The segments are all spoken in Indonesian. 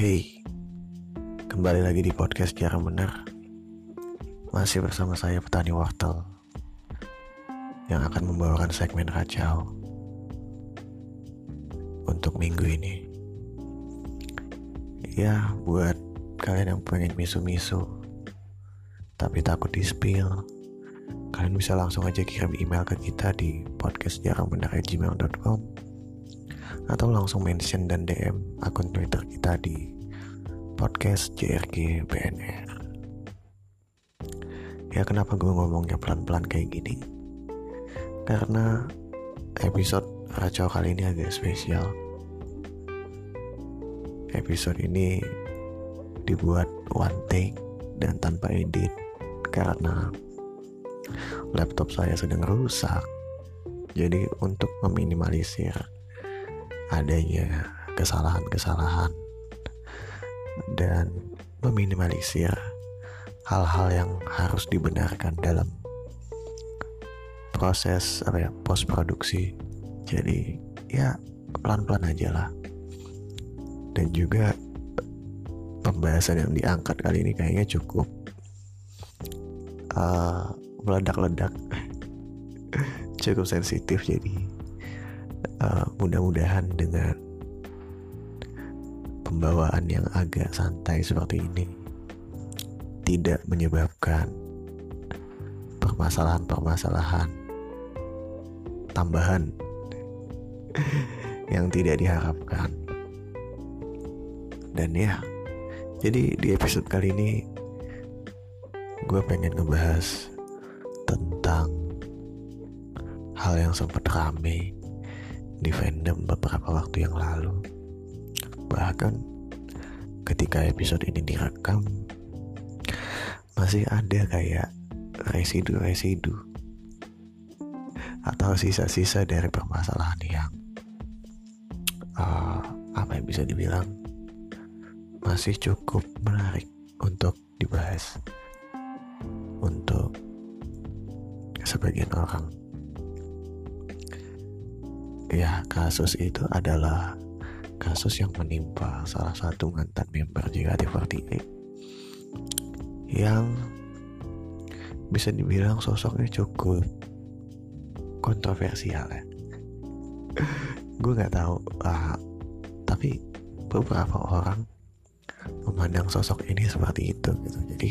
Hey, kembali lagi di podcast Jarang Benar. Masih bersama saya Petani Wortel yang akan membawakan segmen kacau untuk minggu ini. Ya, buat kalian yang pengen misu-misu tapi takut di-spill, kalian bisa langsung aja kirim email ke kita di podcastjarangbenar@gmail.com atau langsung mention dan DM akun Twitter kita di podcast JRG BNR. Ya, kenapa gue ngomongnya pelan-pelan kayak gini? Karena episode kacau kali ini agak spesial. Episode ini dibuat one take dan tanpa edit karena laptop saya sedang rusak. Jadi untuk meminimalisir adanya kesalahan-kesalahan dan meminimalisir hal-hal yang harus dibenarkan dalam proses post produksi. Jadi ya pelan-pelan aja lah. Dan juga pembahasan yang diangkat kali ini kayaknya cukup meledak-ledak, cukup sensitif. Jadi mudah-mudahan dengan pembawaan yang agak santai seperti ini tidak menyebabkan permasalahan-permasalahan tambahan yang tidak diharapkan. Dan ya, jadi di episode kali ini gue pengen ngebahas tentang hal yang sempat rame di fandom beberapa waktu yang lalu. Bahkan ketika episode ini direkam masih ada kayak residu-residu atau sisa-sisa dari permasalahan yang bisa dibilang masih cukup menarik untuk dibahas untuk sebagian orang. Ya, kasus itu adalah kasus yang menimpa salah satu mantan member JKT48 yang bisa dibilang sosoknya cukup kontroversial ya. Gue nggak tahu, tapi beberapa orang memandang sosok ini seperti itu gitu. Jadi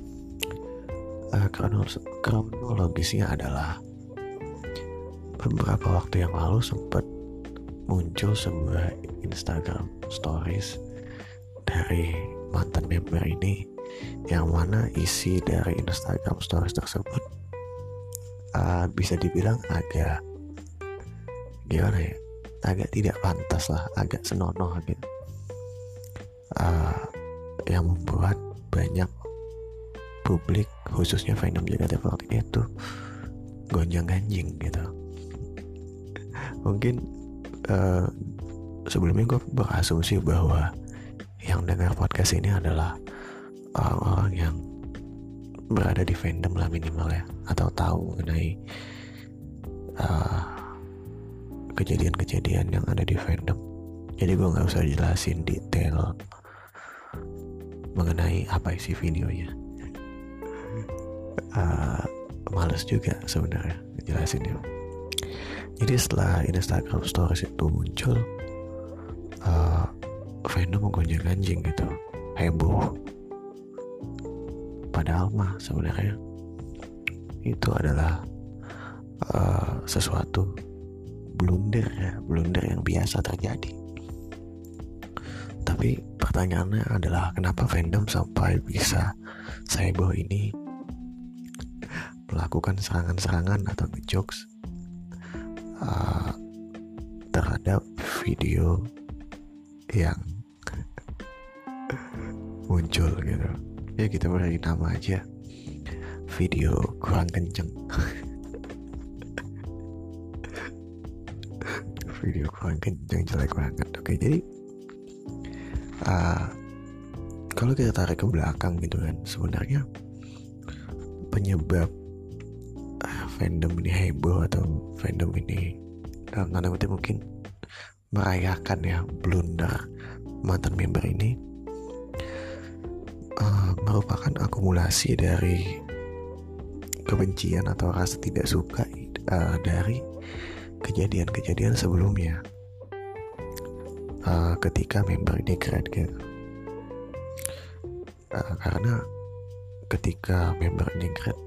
kronologisnya adalah beberapa waktu yang lalu sempat muncul sebuah Instagram stories dari mantan member ini, yang mana isi dari Instagram stories tersebut bisa dibilang agak agak tidak pantas lah, agak senonoh gitu, yang membuat banyak publik khususnya fandom JKT48 itu gonjang-ganjing gitu. Mungkin sebelumnya gue berasumsi bahwa yang dengar podcast ini adalah orang-orang yang berada di fandom lah minimal ya, atau tahu mengenai kejadian-kejadian yang ada di fandom. Jadi gue gak usah jelasin detail mengenai apa isi videonya. Males juga sebenarnya jelasinnya. Jadi setelah Instagram stories itu muncul, fandom menggonjang-ganjing gitu, heboh. Padahal mah sebenarnya itu adalah sesuatu blunder yang biasa terjadi. Tapi pertanyaannya adalah kenapa fandom sampai bisa seheboh ini melakukan serangan-serangan atau ngejokes terhadap video yang muncul gitu. Ya kita beri nama aja video kurang kenceng. Video kurang kenceng, jelek banget. Oke, jadi kalau kita tarik ke belakang gitu kan, sebenarnya penyebab fandom ini heboh atau fandom ini dalam tanda kutip mungkin merayakan ya blunder mantan member ini merupakan akumulasi dari kebencian atau rasa tidak suka dari kejadian-kejadian sebelumnya, ketika member ini create gitu. Karena ketika member ini create,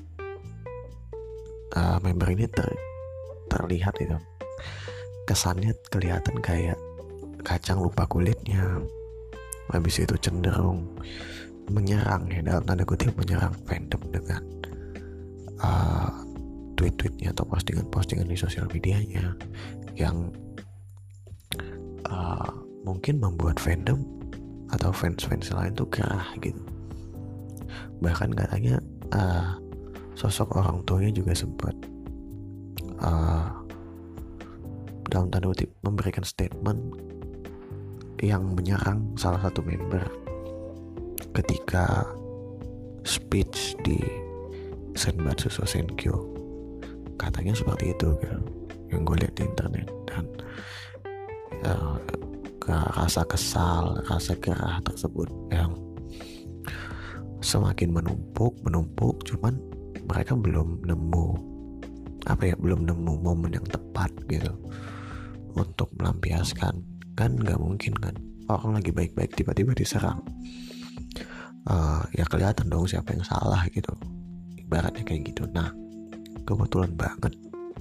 member ini terlihat itu kesannya kelihatan kayak kacang lupa kulitnya. Habis itu cenderung menyerang, ya dalam tanda kutip menyerang fandom dengan tweet-tweetnya atau postingan-postingan di sosial medianya yang mungkin membuat fandom atau fans-fans lain tuh gerah gitu. Bahkan katanya sosok orang tuanya juga sempat dalam tanda kutip memberikan statement yang menyerang salah satu member ketika speech di Senbatsu Sosenkyo. Katanya seperti itu kan, yang gue lihat di internet. Dan rasa kesal, rasa gerah tersebut yang semakin menumpuk, cuman mereka belum nemu momen yang tepat gitu untuk melampiaskan. Kan nggak mungkin kan orang lagi baik-baik tiba-tiba diserang. Ya kelihatan dong siapa yang salah gitu, ibaratnya kayak gitu. Nah, kebetulan banget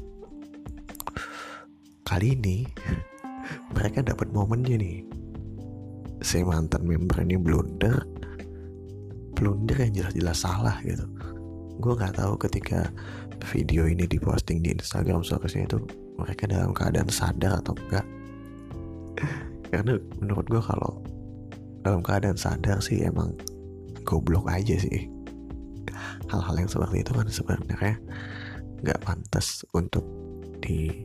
kali ini mereka dapat momennya nih. Si mantan member ini blunder yang jelas-jelas salah gitu. Gue nggak tahu ketika video ini diposting di Instagram Stories-nya itu mereka dalam keadaan sadar atau enggak. Karena menurut gue kalau dalam keadaan sadar sih emang goblok aja sih. Hal-hal yang seperti itu kan sebenarnya nggak pantas untuk di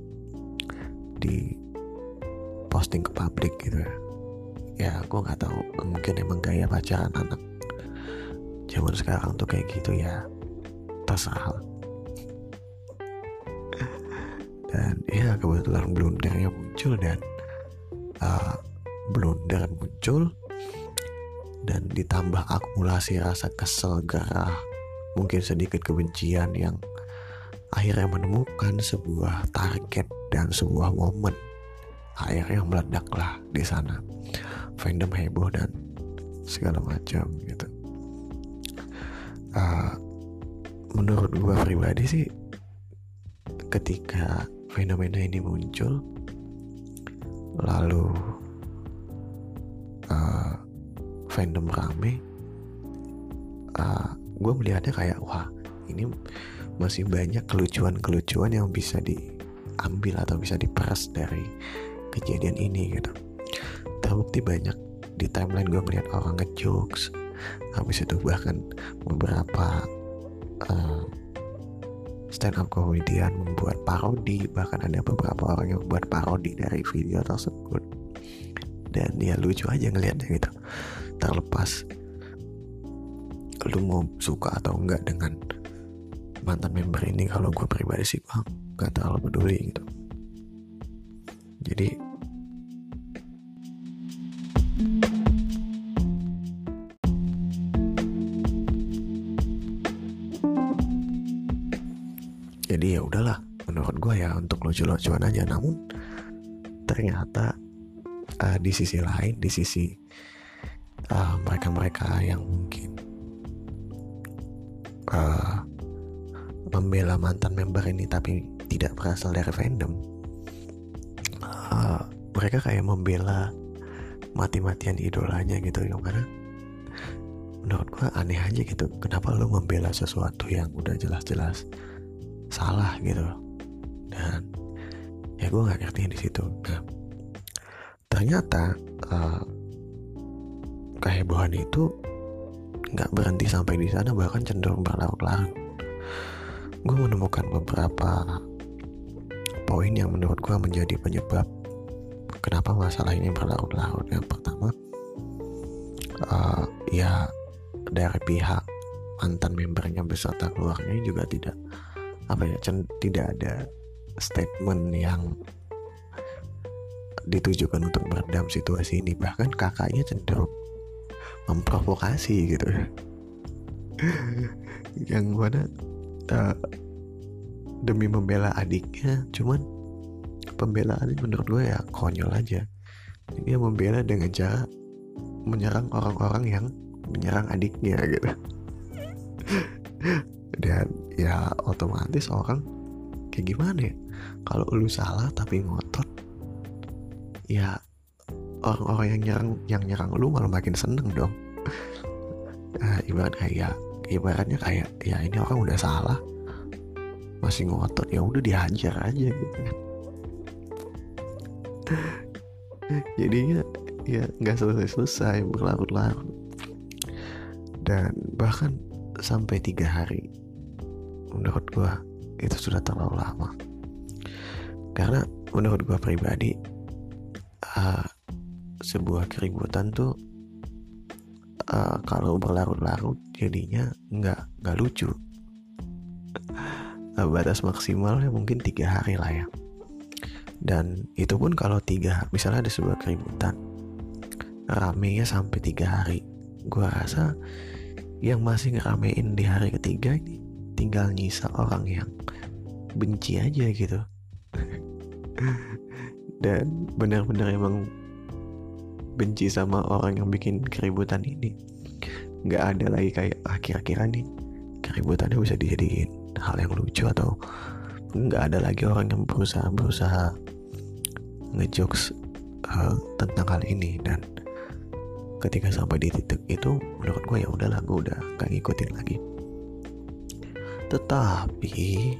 posting ke publik gitu ya. Ya gue nggak tahu, mungkin emang gaya pacaran anak zaman sekarang tuh kayak gitu ya, terserah. Dan ya kebetulan blundernya muncul dan blunder muncul dan ditambah akumulasi rasa kesel, gerah, mungkin sedikit kebencian yang akhirnya menemukan sebuah target dan sebuah momen. Akhirnya meledaklah di sana, fandom heboh dan segala macam gitu. Menurut gue pribadi sih, ketika fenomena ini muncul lalu fandom rame, gue melihatnya kayak wah, ini masih banyak kelucuan yang bisa diambil atau bisa diperas dari kejadian ini gitu. Terbukti banyak di timeline gue melihat orang ngejokes. Habis itu bahkan beberapa stand up comedian membuat parodi, bahkan ada beberapa orang yang membuat parodi dari video tersebut. Dan ya lucu aja ngelihatnya gitu. Terlepas lu mau suka atau enggak dengan mantan member ini, kalau gue pribadi sih gue gak terlalu peduli gitu. Jadi ya udahlah, menurut gue ya untuk lucu-lucuan aja. Namun ternyata di sisi lain, di sisi mereka-mereka yang mungkin membela mantan member ini tapi tidak berasal dari fandom, mereka kayak membela mati-matian idolanya gitu. Yang mana menurut gue aneh aja gitu, kenapa lu membela sesuatu yang udah jelas-jelas salah gitu. Dan ya gue nggak ngerti di situ. Nah, ternyata kehebohan itu nggak berhenti sampai di sana, bahkan cenderung berlarut-larut. Gue menemukan beberapa poin yang menurut gue menjadi penyebab kenapa masalah ini berlarut-larut. Yang pertama, ya dari pihak mantan membernya beserta keluarganya juga tidak ada statement yang ditujukan untuk meredam situasi ini. Bahkan kakaknya cenderung memprovokasi gitu. Yang mana demi membela adiknya, cuman pembelaannya menurut gue ya konyol aja. Dia membela dengan cara menyerang orang-orang yang menyerang adiknya gitu. Dan ya otomatis orang kayak gimana ya, kalau lu salah tapi ngotot, ya orang-orang yang nyerang lu malah makin seneng dong. Ibaratnya kayak ya ini orang udah salah masih ngotot, ya udah dihajar aja gitu kan. Jadinya ya nggak selesai berlarut-larut, dan bahkan sampai 3 hari menurut gua itu sudah terlalu lama. Karena menurut gua pribadi sebuah keributan tuh kalau berlarut-larut jadinya nggak lucu. Batas maksimalnya mungkin 3 hari lah ya. Dan itu pun kalau misalnya ada sebuah keributan ramenya sampai 3 hari, gue rasa yang masih ngeramein di hari ketiga ini tinggal nyisa orang yang benci aja gitu. Dan benar-benar emang benci sama orang yang bikin keributan ini. Nggak ada lagi kayak kira-kira nih keributannya bisa dijadiin hal yang lucu, atau nggak ada lagi orang yang berusaha ngejokes tentang hal ini. Dan ketika sampai di titik itu menurut gue ya udahlah, gue udah gak ngikutin lagi. Tetapi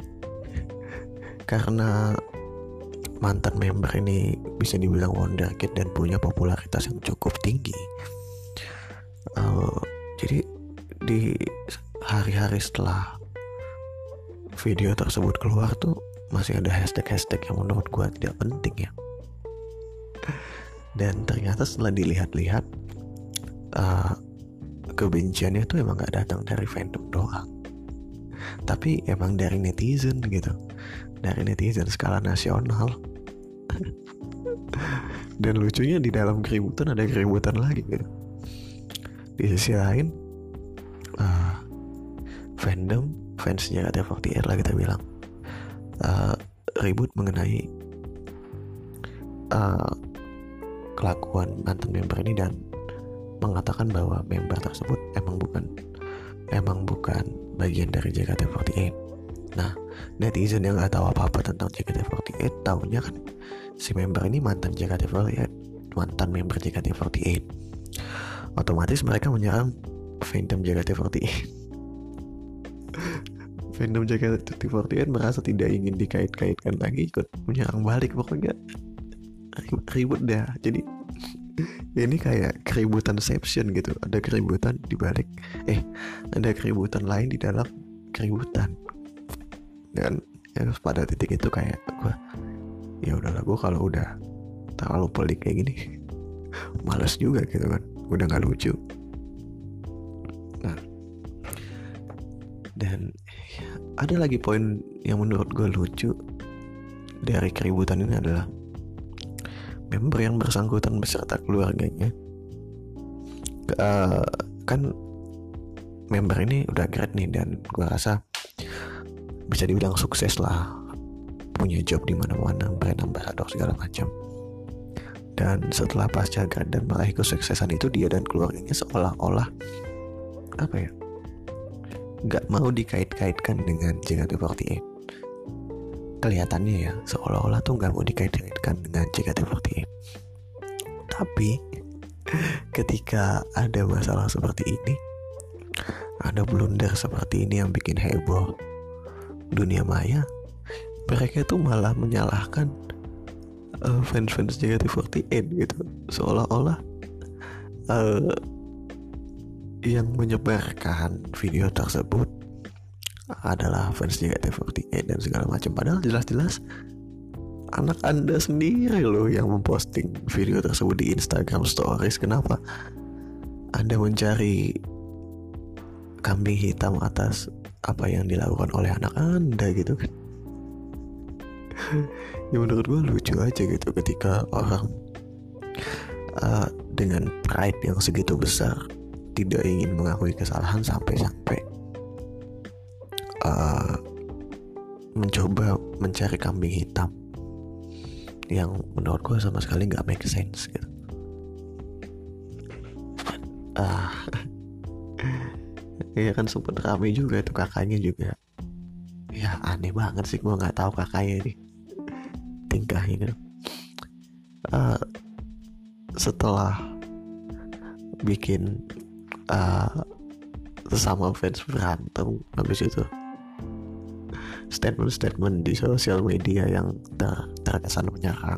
karena mantan member ini bisa dibilang wonderkid dan punya popularitas yang cukup tinggi, jadi di hari-hari setelah video tersebut keluar tuh masih ada hashtag yang menurut gue tidak penting ya. Dan ternyata setelah dilihat-lihat, kebenciannya tuh emang gak datang dari fandom doang, tapi emang dari netizen gitu, dari netizen skala nasional. Dan lucunya di dalam keributan ada keributan lagi gitu. Di sisi lain fansnya JKT48 lah kita bilang ribut mengenai kelakuan mantan member ini dan mengatakan bahwa member tersebut emang bukan bagian dari JKT48. Nah, netizen yang gak tahu apa-apa tentang JKT48 taunya kan si member ini mantan member JKT48. Otomatis mereka menyerang fandom JKT48. Fandom JKT48 merasa tidak ingin dikait-kaitkan lagi, ikut menyerang balik. Pokoknya ribut dah. Jadi ini kayak keributan Inception gitu. Ada keributan di balik ada keributan lain di dalam keributan. Dan ya pada titik itu kayak gue, ya udahlah, gue kalau udah terlalu pelik kayak gini malas juga gitu kan, udah gak lucu. Nah, dan ada lagi poin yang menurut gue lucu dari keributan ini adalah member yang bersangkutan beserta keluarganya. Kan member ini udah grad nih, dan gue rasa bisa dibilang sukses lah, punya job di mana-mana, brand ambassador segala macam. Dan setelah pasca grad dan meraih kesuksesan itu, dia dan keluarganya seolah-olah nggak mau dikait-kaitkan dengan JKT48. Kelihatannya ya seolah-olah tuh nggak mau dikait-kaitkan dengan JKT48. Tapi ketika ada masalah seperti ini, ada blunder seperti ini yang bikin heboh dunia maya, mereka tuh malah menyalahkan fans JKT48 gitu, seolah-olah yang menyebarkan video tersebut adalah fans JKT48 dan segala macam. Padahal jelas-jelas anak Anda sendiri loh yang memposting video tersebut di Instagram Stories. Kenapa Anda mencari kambing hitam atas apa yang dilakukan oleh anak Anda gitu kan? Ya menurut gue lucu aja gitu ketika orang dengan pride yang segitu besar tidak ingin mengakui kesalahan sampai-sampai mencoba mencari kambing hitam yang menurut gue sama sekali nggak make sense gitu. Iya kan sempet rame juga itu kakaknya juga. Ya aneh banget sih, gue nggak tahu kakaknya ini tingkahnya gitu. Setelah bikin sesama fans berantem, habis itu statement di sosial media yang terkesan menyerang.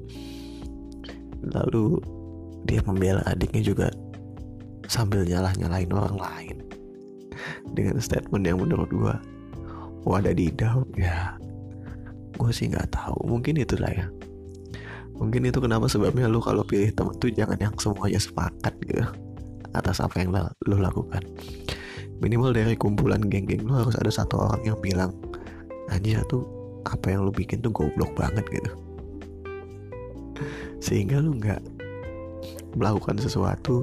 Lalu dia membela adiknya juga sambil nyalahin orang lain dengan statement yang menurut gue wadadidaw. Ya gue sih nggak tahu, mungkin itulah ya, mungkin itu kenapa sebabnya lu kalau pilih temen tuh jangan yang semuanya sepakat gitu atas apa yang lu lakukan. Minimal dari kumpulan geng-geng lu harus ada satu orang yang bilang, anjir tuh apa yang lu bikin tuh goblok banget gitu, sehingga lu nggak melakukan sesuatu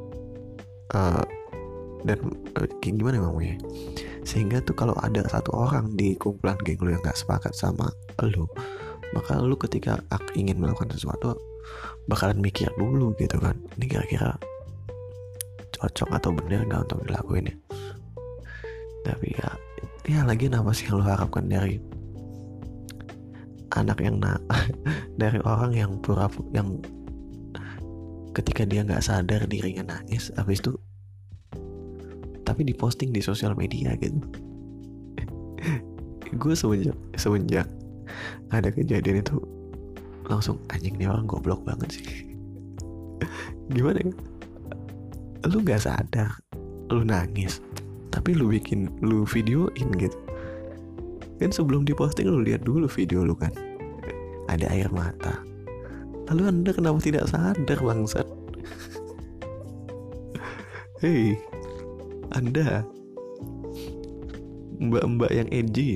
dan gimana ngomongnya, sehingga tuh kalau ada satu orang di kumpulan geng lu yang nggak sepakat sama lu, maka lu ketika ingin melakukan sesuatu bakalan mikir dulu gitu kan, ini kira-kira cocok atau bener nggak untuk dilakuin ya. Tapi ya lagi apa sih yang lu harapkan dari anak yang dari orang yang yang ketika dia nggak sadar dirinya nangis, habis itu tapi diposting di sosial media gitu. Gue semenjak ada kejadian itu langsung anjing nih orang goblok banget sih. Gimana ya, lu nggak sadar lu nangis tapi lu videoin gitu kan, sebelum diposting lu lihat dulu video lu kan ada air mata, lalu Anda kenapa tidak sadar bangsat? Hei Anda mbak-mbak yang edgy,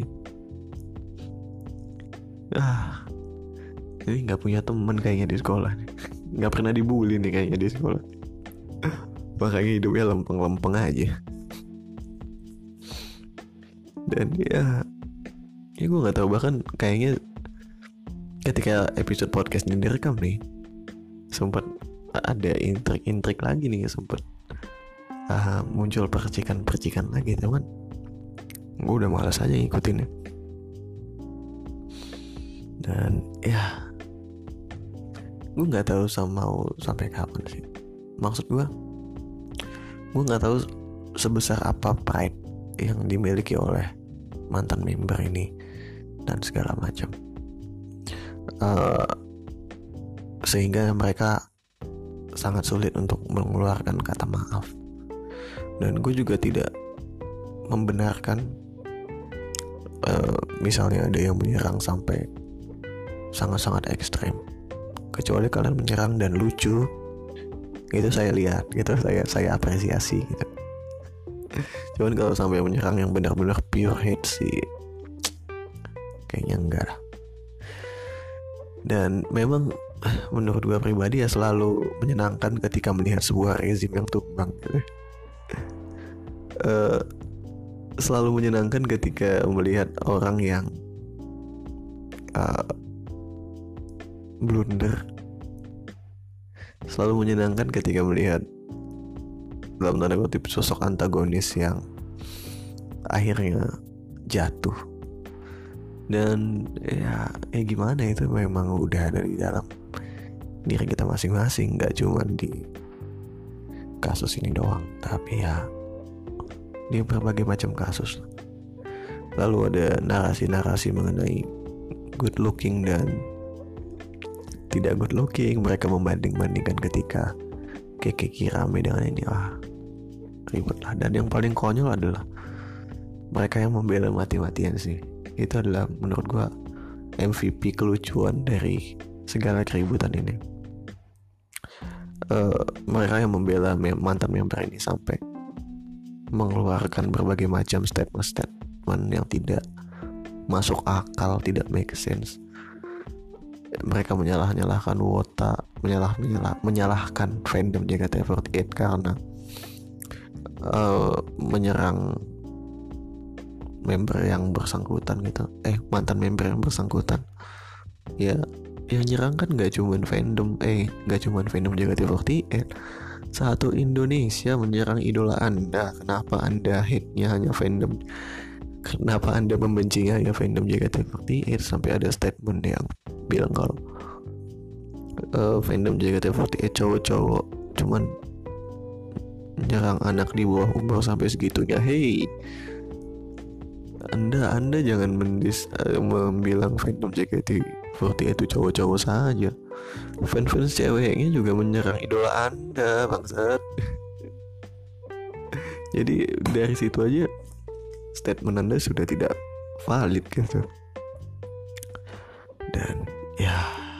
ini nggak punya teman kayaknya di sekolah, nggak pernah dibully nih kayaknya di sekolah, makanya hidupnya lempeng-lempeng aja. Dan ya gue nggak tahu, bahkan kayaknya ketika episode podcast ini direkam nih sempat ada intrik lagi nih, sempat muncul percikan lagi, teman. Gue udah malas aja ngikutinnya. Dan ya gue nggak tahu mau sampai kapan sih. Maksud gue nggak tahu sebesar apa pride yang dimiliki oleh mantan member ini dan segala macam, sehingga mereka sangat sulit untuk mengeluarkan kata maaf. Dan gue juga tidak membenarkan misalnya ada yang menyerang sampai sangat-sangat ekstrem, kecuali kalian menyerang dan lucu, itu saya lihat gitu, saya apresiasi gitu. Cuman kalau sampai menyerang yang benar-benar pure hate sih kayaknya enggak lah. Dan memang menurut gue pribadi ya selalu menyenangkan ketika melihat sebuah rezim yang tumbang gitu. Selalu menyenangkan ketika melihat orang yang blunder. Selalu menyenangkan ketika melihat dalam tanda kutip sosok antagonis yang akhirnya jatuh. Dan ya gimana, itu memang udah ada di dalam diri kita masing-masing, gak cuma di kasus ini doang, tapi ya di berbagai macam kasus. Lalu ada narasi-narasi mengenai good looking dan tidak good looking. Mereka membanding-bandingkan ketika Kiki rame dengan ini, ribet lah. Dan yang paling konyol adalah mereka yang membela mati-matian sih. Itu adalah menurut gua MVP kelucuan dari segala keributan ini. Mereka yang membela mantan member ini sampai mengeluarkan berbagai macam statement yang tidak masuk akal, tidak make sense. Mereka menyalahkan Wota, menyalahkan fandom JKT48 karena menyerang member yang bersangkutan gitu, mantan member yang bersangkutan. Ya, yang nyerang kan nggak cuman fandom JKT48, satu Indonesia menyerang idola Anda. Kenapa Anda hate-nya hanya fandom? Kenapa Anda membencinya hanya fandom JKT48? Sampai ada statement yang bilang kalau fandom JKT48 cowok-cowok cuman nyerang anak di bawah umur sampai segitunya. Hey, Anda jangan membilang fandom JKT48 itu cowok-cowok saja. Fans ceweknya juga menyerang idola Anda, bangsat. Jadi dari situ aja statement Anda sudah tidak valid gitu. Dan ya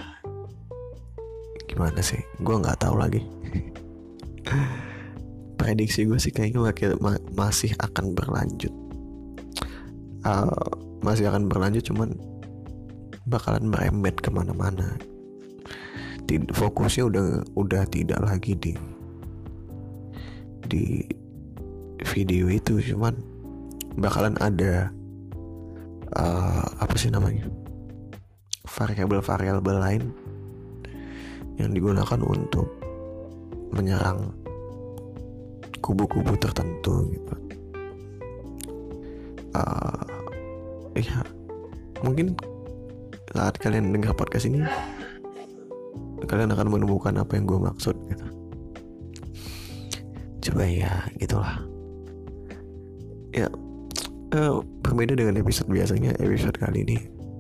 gimana sih, gue nggak tahu lagi. Prediksi gue sih kayaknya masih akan berlanjut. Masih akan berlanjut, cuman bakalan merembet kemana-mana. Fokusnya udah tidak lagi di video itu, cuman bakalan ada variabel lain yang digunakan untuk menyerang kubu-kubu tertentu gitu. Ya mungkin saat kalian dengar podcast ini kalian akan menemukan apa yang gue maksud gitu. Coba ya gitulah ya. Berbeda dengan episode biasanya, episode kali ini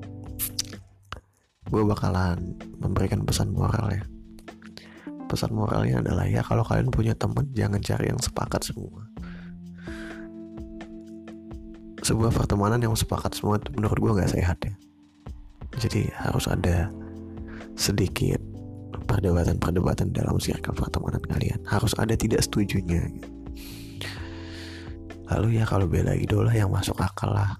gue bakalan memberikan pesan moral ya. Pesan moralnya adalah ya, kalau kalian punya teman jangan cari yang sepakat semua. Sebuah pertemanan yang sepakat semua itu menurut gue gak sehat ya. Jadi harus ada sedikit perdebatan dalam circle pertemanan kalian. Harus ada tidak setujunya gitu. Lalu ya kalau bela idola yang masuk akal lah.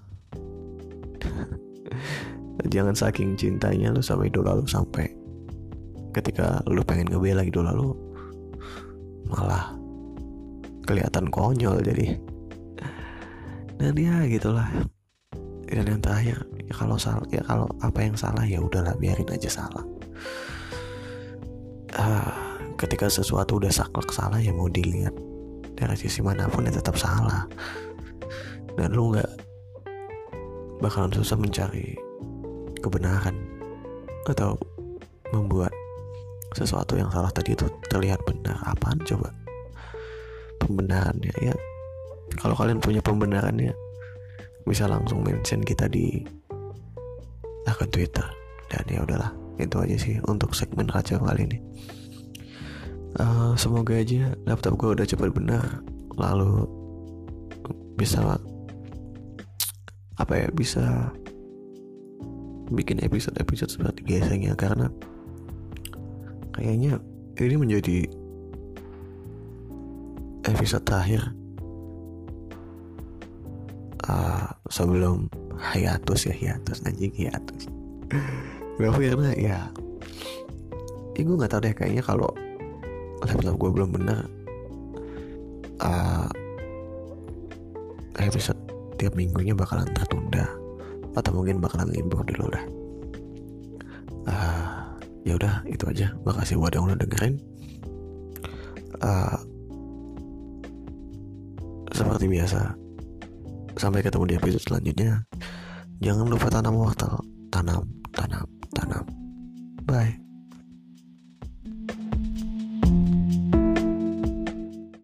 Jangan saking cintanya lu sama idola lu sampai ketika lu pengen ngebela idola lu malah kelihatan konyol jadi. Dan ya gitulah. Dan yang terakhir ya, kalau apa yang salah ya udahlah, biarin aja salah. Ketika sesuatu udah saklek salah ya mau dilihat dari sisi manapun ya tetap salah. Dan lu gak bakalan susah mencari kebenaran atau membuat sesuatu yang salah tadi itu terlihat benar. Apaan coba pembenarannya ya? Kalau kalian punya pembenarannya bisa langsung mention kita di akun Twitter. Dan ya udahlah, itu aja sih untuk segmen Raja kali ini. Semoga aja laptop gue udah cepat benar, lalu bisa bikin episode seperti biasanya, karena kayaknya ini menjadi episode terakhir sebelum hiatus. Kenapa? Karena ya gue nggak tahu deh, kayaknya kalau laptop gue belum benar, episode tiap minggunya bakalan tertunda atau mungkin bakalan libur dulu dah. Ya udah itu aja. Makasih buat yang udah dengerin. Seperti biasa, sampai ketemu di episode selanjutnya. Jangan lupa tanam wortel. Tanam.